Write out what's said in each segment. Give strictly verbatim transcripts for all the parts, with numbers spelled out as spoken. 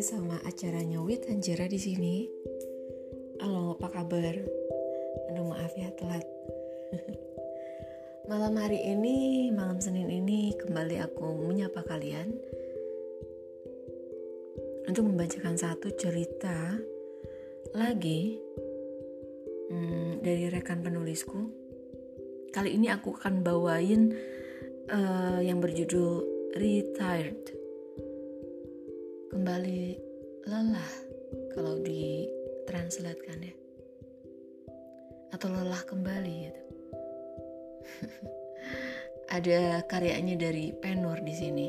lagi sama acaranya Wit Hanjera di sini. Halo, apa kabar? Aduh, maaf ya telat. Malam hari ini, malam Senin ini kembali aku menyapa kalian untuk membacakan satu cerita lagi hmm, dari rekan penulisku. Kali ini aku akan bawain uh, yang berjudul Retired. Kembali lelah kalau ditranslatekan ya, atau lelah kembali gitu. Ada karyanya dari Penur di sini.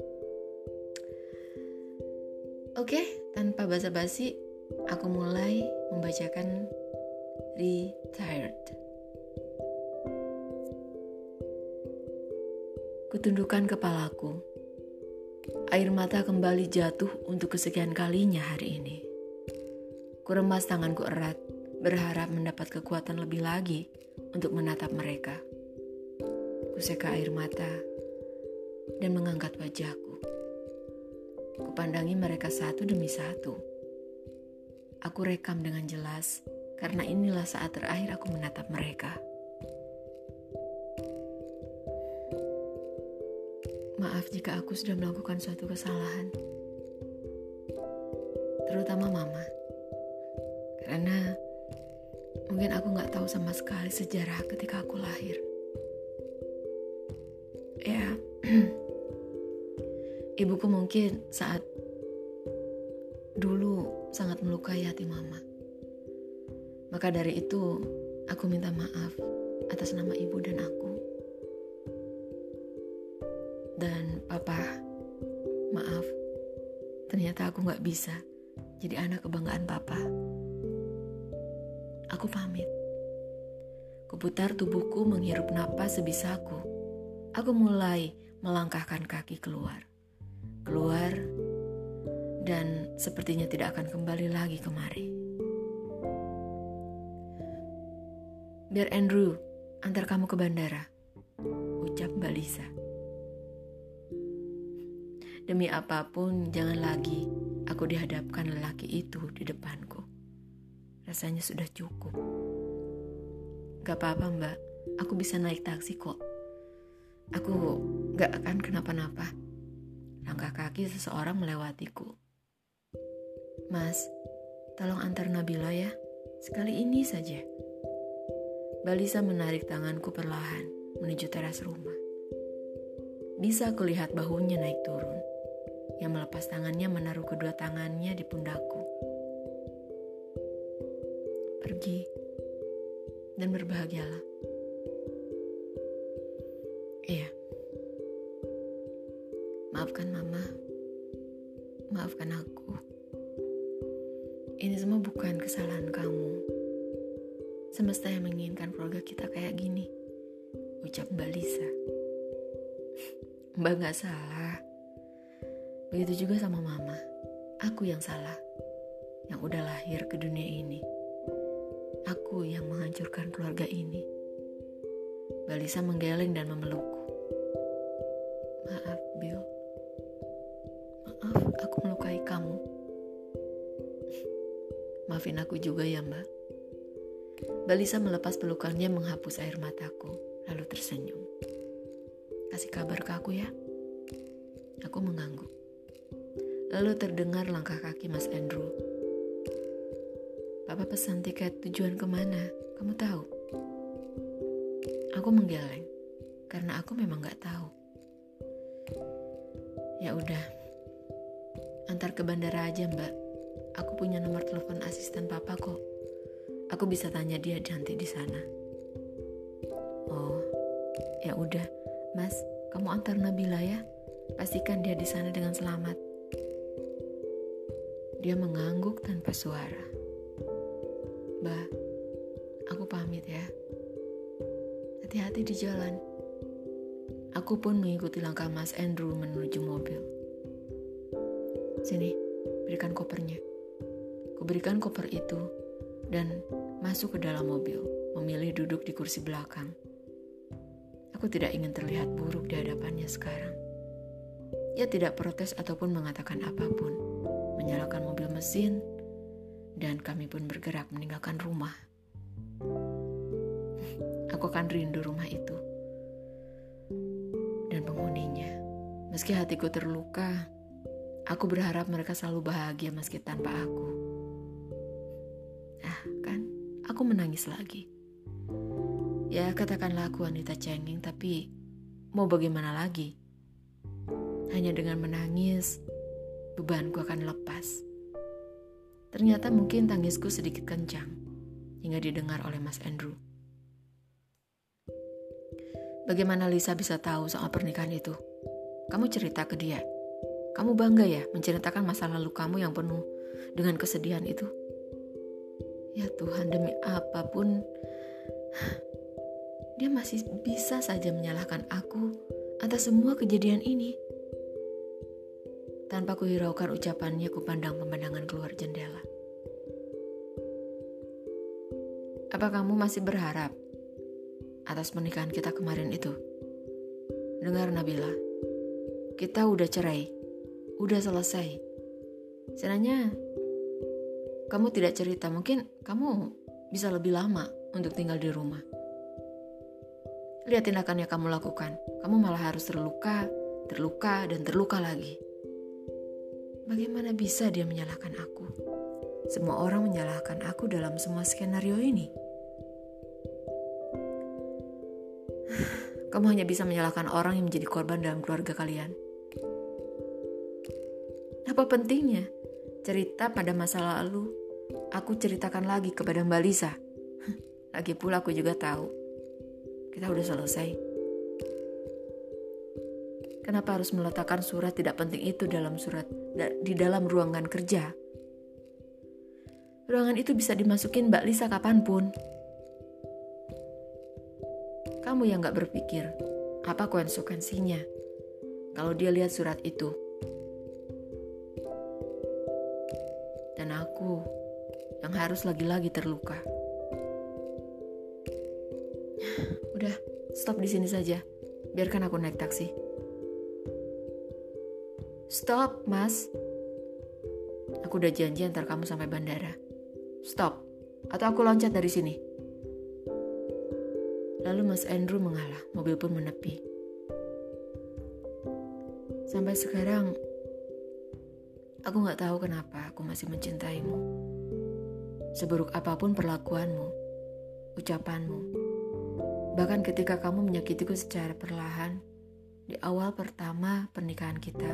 Oke, tanpa basa-basi aku mulai membacakan Retired. Kutundukkan kepalaku. Air mata kembali jatuh untuk kesekian kalinya hari ini. Kuremas tanganku erat, berharap mendapat kekuatan lebih lagi untuk menatap mereka. Kuseka air mata dan mengangkat wajahku. Kupandangi mereka satu demi satu. Aku rekam dengan jelas, karena inilah saat terakhir aku menatap mereka. Maaf jika aku sudah melakukan suatu kesalahan, terutama mama, karena mungkin aku gak tahu sama sekali sejarah ketika aku lahir. Ya, ibuku mungkin saat dulu sangat melukai hati mama. Maka dari itu, aku minta maaf atas nama ibu dan aku. Dan papa, maaf, ternyata aku gak bisa jadi anak kebanggaan papa. Aku pamit. Kuputar tubuhku menghirup napas sebisaku. Aku mulai melangkahkan kaki keluar. Keluar dan sepertinya tidak akan kembali lagi kemari. Biar Andrew antar kamu ke bandara, ucap Mbak Lisa. Demi apapun, jangan lagi aku dihadapkan lelaki itu di depanku. Rasanya sudah cukup. Gak apa-apa mbak, aku bisa naik taksi kok. Aku gak akan kenapa-napa. Langkah kaki seseorang melewatiku. Mas, tolong antar Nabila ya, sekali ini saja. Mbak Lisa menarik tanganku perlahan menuju teras rumah. Bisa kulihat bahunya naik turun. Yang melepas tangannya menaruh kedua tangannya di pundakku. Pergi dan berbahagialah. Iya. Maafkan mama. Maafkan aku. Ini semua bukan kesalahan kamu. Semesta yang menginginkan keluarga kita kayak gini, ucap Mbak Lisa. Mbak gak salah. Begitu juga sama mama. Aku yang salah, yang udah lahir ke dunia ini. Aku yang menghancurkan keluarga ini. Mbak Lisa menggeleng dan memelukku. Maaf, Bill. Maaf, aku melukai kamu. Maafin aku juga ya, Mbak. Mbak Lisa melepas pelukannya menghapus air mataku, lalu tersenyum. Kasih kabar ke aku ya. Aku mengangguk. Lalu terdengar langkah kaki Mas Andrew. Papa pesan tiket tujuan kemana? Kamu tahu? Aku menggeleng, karena aku memang gak tahu. Ya udah, antar ke bandara aja mbak. Aku punya nomor telepon asisten papa kok. Aku bisa tanya dia nanti di sana. Oh, ya udah, Mas, kamu antar Nabila ya. Pastikan dia di sana dengan selamat. Dia mengangguk tanpa suara. Mbak, aku pamit ya. Hati-hati di jalan. Aku pun mengikuti langkah Mas Andrew menuju mobil. Sini, berikan kopernya. Kuberikan koper itu dan masuk ke dalam mobil, memilih duduk di kursi belakang. Aku tidak ingin terlihat buruk di hadapannya sekarang. Ia tidak protes ataupun mengatakan apapun. menyalakan mobil mesin, dan kami pun bergerak meninggalkan rumah. Aku akan rindu rumah itu dan penghuninya. Meski hatiku terluka, aku berharap mereka selalu bahagia meski tanpa aku. Ah, kan? Aku menangis lagi. Ya, katakanlah aku wanita cengeng, tapi mau bagaimana lagi? Hanya dengan menangis, bebanku akan lepas. Ternyata mungkin tangisku sedikit kencang, hingga didengar oleh Mas Andrew. Bagaimana Lisa bisa tahu soal pernikahan itu? Kamu cerita ke dia. Kamu bangga ya menceritakan masa lalu kamu yang penuh dengan kesedihan itu? Ya Tuhan, demi apapun, dia masih bisa saja menyalahkan aku atas semua kejadian ini. Tanpa kuhiraukan ucapannya, kupandang pemandangan keluar jendela. Apa kamu masih berharap atas pernikahan kita kemarin itu? Dengar Nabila, kita udah cerai, udah selesai. Sebenarnya kamu tidak cerita, mungkin kamu bisa lebih lama untuk tinggal di rumah. Lihat tindakan yang kamu lakukan, kamu malah harus terluka, terluka, dan terluka lagi. Bagaimana bisa dia menyalahkan aku? Semua orang menyalahkan aku dalam semua skenario ini. Kamu hanya bisa menyalahkan orang yang menjadi korban dalam keluarga kalian. Apa pentingnya cerita pada masa lalu aku ceritakan lagi kepada Mbak Lisa? Lagi pula aku juga tahu kita udah selesai. Kenapa harus meletakkan surat tidak penting itu dalam surat di dalam ruangan kerja? Ruangan itu bisa dimasukin Mbak Lisa kapanpun. Kamu yang gak berpikir apa konsekuensinya kalau dia lihat surat itu. Dan aku yang harus lagi-lagi terluka. Udah, stop di sini saja. Biarkan aku naik taksi. Stop, Mas. Aku udah janji antar kamu sampai bandara. Stop, atau aku loncat dari sini. Lalu Mas Andrew mengalah, mobil pun menepi. Sampai sekarang, aku gak tahu kenapa aku masih mencintaimu. Seburuk apapun perlakuanmu, ucapanmu, bahkan ketika kamu menyakitiku secara perlahan di awal pertama pernikahan kita.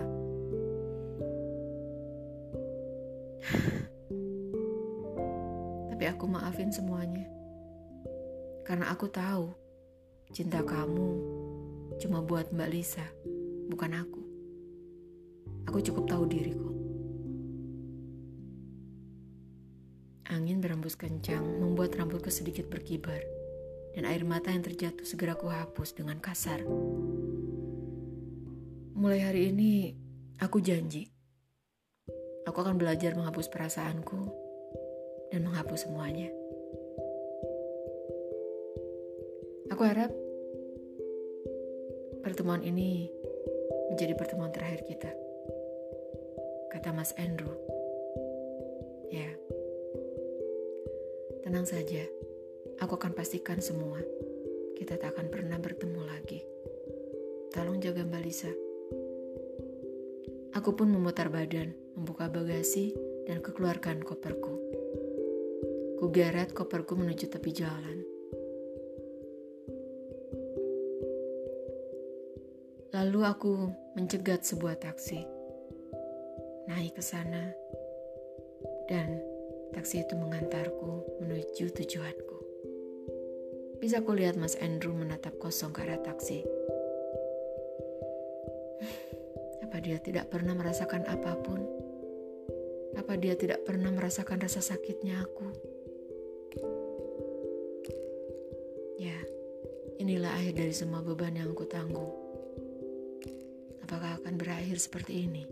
Tapi aku maafin semuanya. Karena aku tahu cinta kamu cuma buat Mbak Lisa, bukan aku. Aku cukup tahu diriku. Angin berembus kencang membuat rambutku sedikit berkibar, dan air mata yang terjatuh segera kuhapus dengan kasar. Mulai hari ini, aku janji. Aku akan belajar menghapus perasaanku dan menghapus semuanya. Aku harap pertemuan ini menjadi pertemuan terakhir kita, kata Mas Andrew. Ya, tenang saja, aku akan pastikan semua. Kita tak akan pernah bertemu lagi. Tolong jaga Mbak Lisa. Aku pun memutar badan, membuka bagasi, dan kekeluarkan koperku. Kugeret koperku menuju tepi jalan. Lalu aku mencegat sebuah taksi. Naik ke sana, dan taksi itu mengantarku menuju tujuanku. Bisa kulihat Mas Andrew menatap kosong ke arah taksi. Apa dia tidak pernah merasakan apapun? Apa dia tidak pernah merasakan rasa sakitnya aku? Ya, inilah akhir dari semua beban yang aku tanggung. Apakah akan berakhir seperti ini?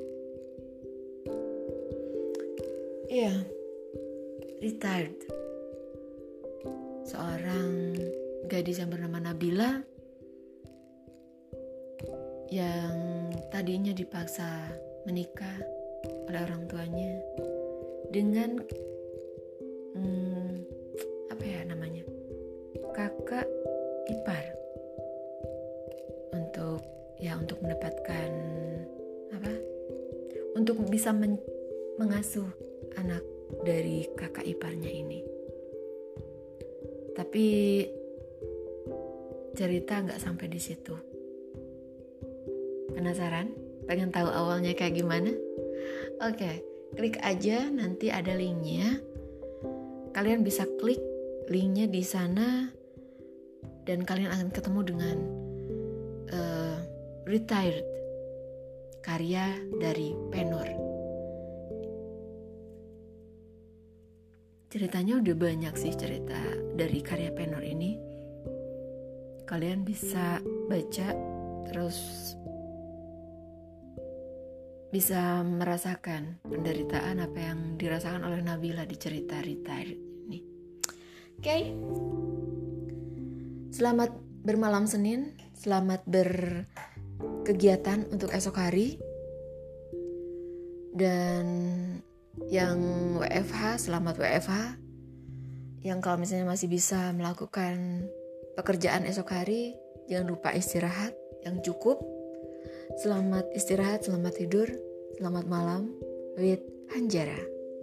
Iya, retired. Seorang gadis yang bernama Nabila yang tadinya dipaksa menikah oleh orang tuanya dengan hmm, apa ya namanya, kakak ipar, untuk ya untuk mendapatkan apa, untuk bisa men- mengasuh anak dari kakak iparnya ini. Tapi cerita nggak sampai di situ. Penasaran? Pengen tahu awalnya kayak gimana? Oke, klik aja, nanti ada linknya. Kalian bisa klik linknya di sana dan kalian akan ketemu dengan uh, Retired, karya dari Penur. Ceritanya udah banyak sih cerita dari karya Penur ini. Kalian bisa baca, terus bisa merasakan penderitaan apa yang dirasakan oleh Nabila di cerita Retired ini. Oke, okay. Selamat bermalam Senin, selamat berkegiatan untuk esok hari. Dan yang W F H, selamat W F H. Yang kalau misalnya masih bisa melakukan pekerjaan esok hari, jangan lupa istirahat yang cukup. Selamat istirahat, selamat tidur, selamat malam with Hanjara.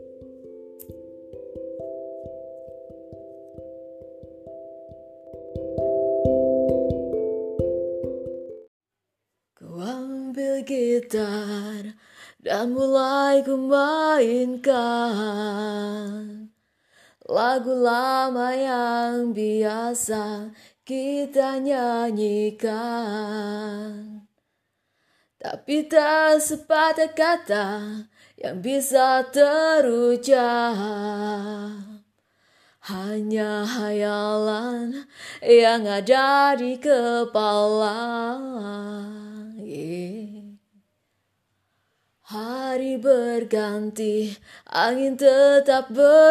Ku ambil gitar dan mulai ku mainkan lagu lama yang biasa kita nyanyikan. Tapi tak sepatah kata yang bisa terucap, hanya hayalan yang ada di kepala. Yeah. Hari berganti, angin tetap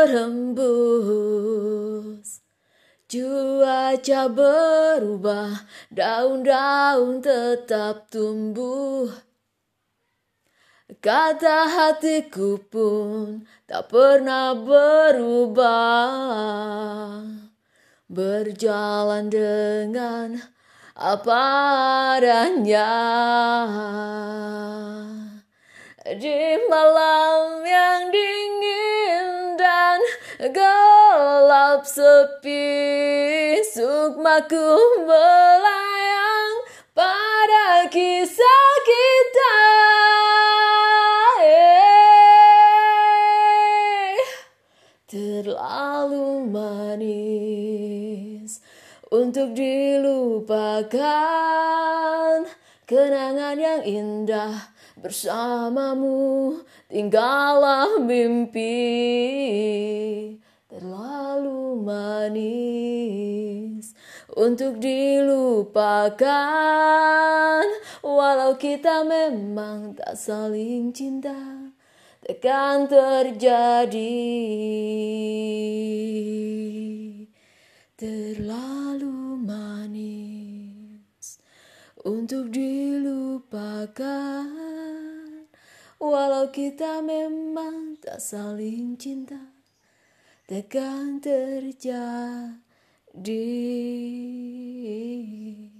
berhembus, cuaca berubah, daun-daun tetap tumbuh. Kata hatiku pun tak pernah berubah, berjalan dengan apa adanya. Di malam yang dingin dan gelap sepi, sukmaku melayang pada kisah kita. Hey, terlalu manis untuk dilupakan, kenangan yang indah bersamamu tinggallah mimpi. Terlalu manis untuk dilupakan, walau kita memang tak saling cinta, takkan terjadi. Terlalu manis untuk dilupakan, walau kita memang tak saling cinta, takkan terjadi.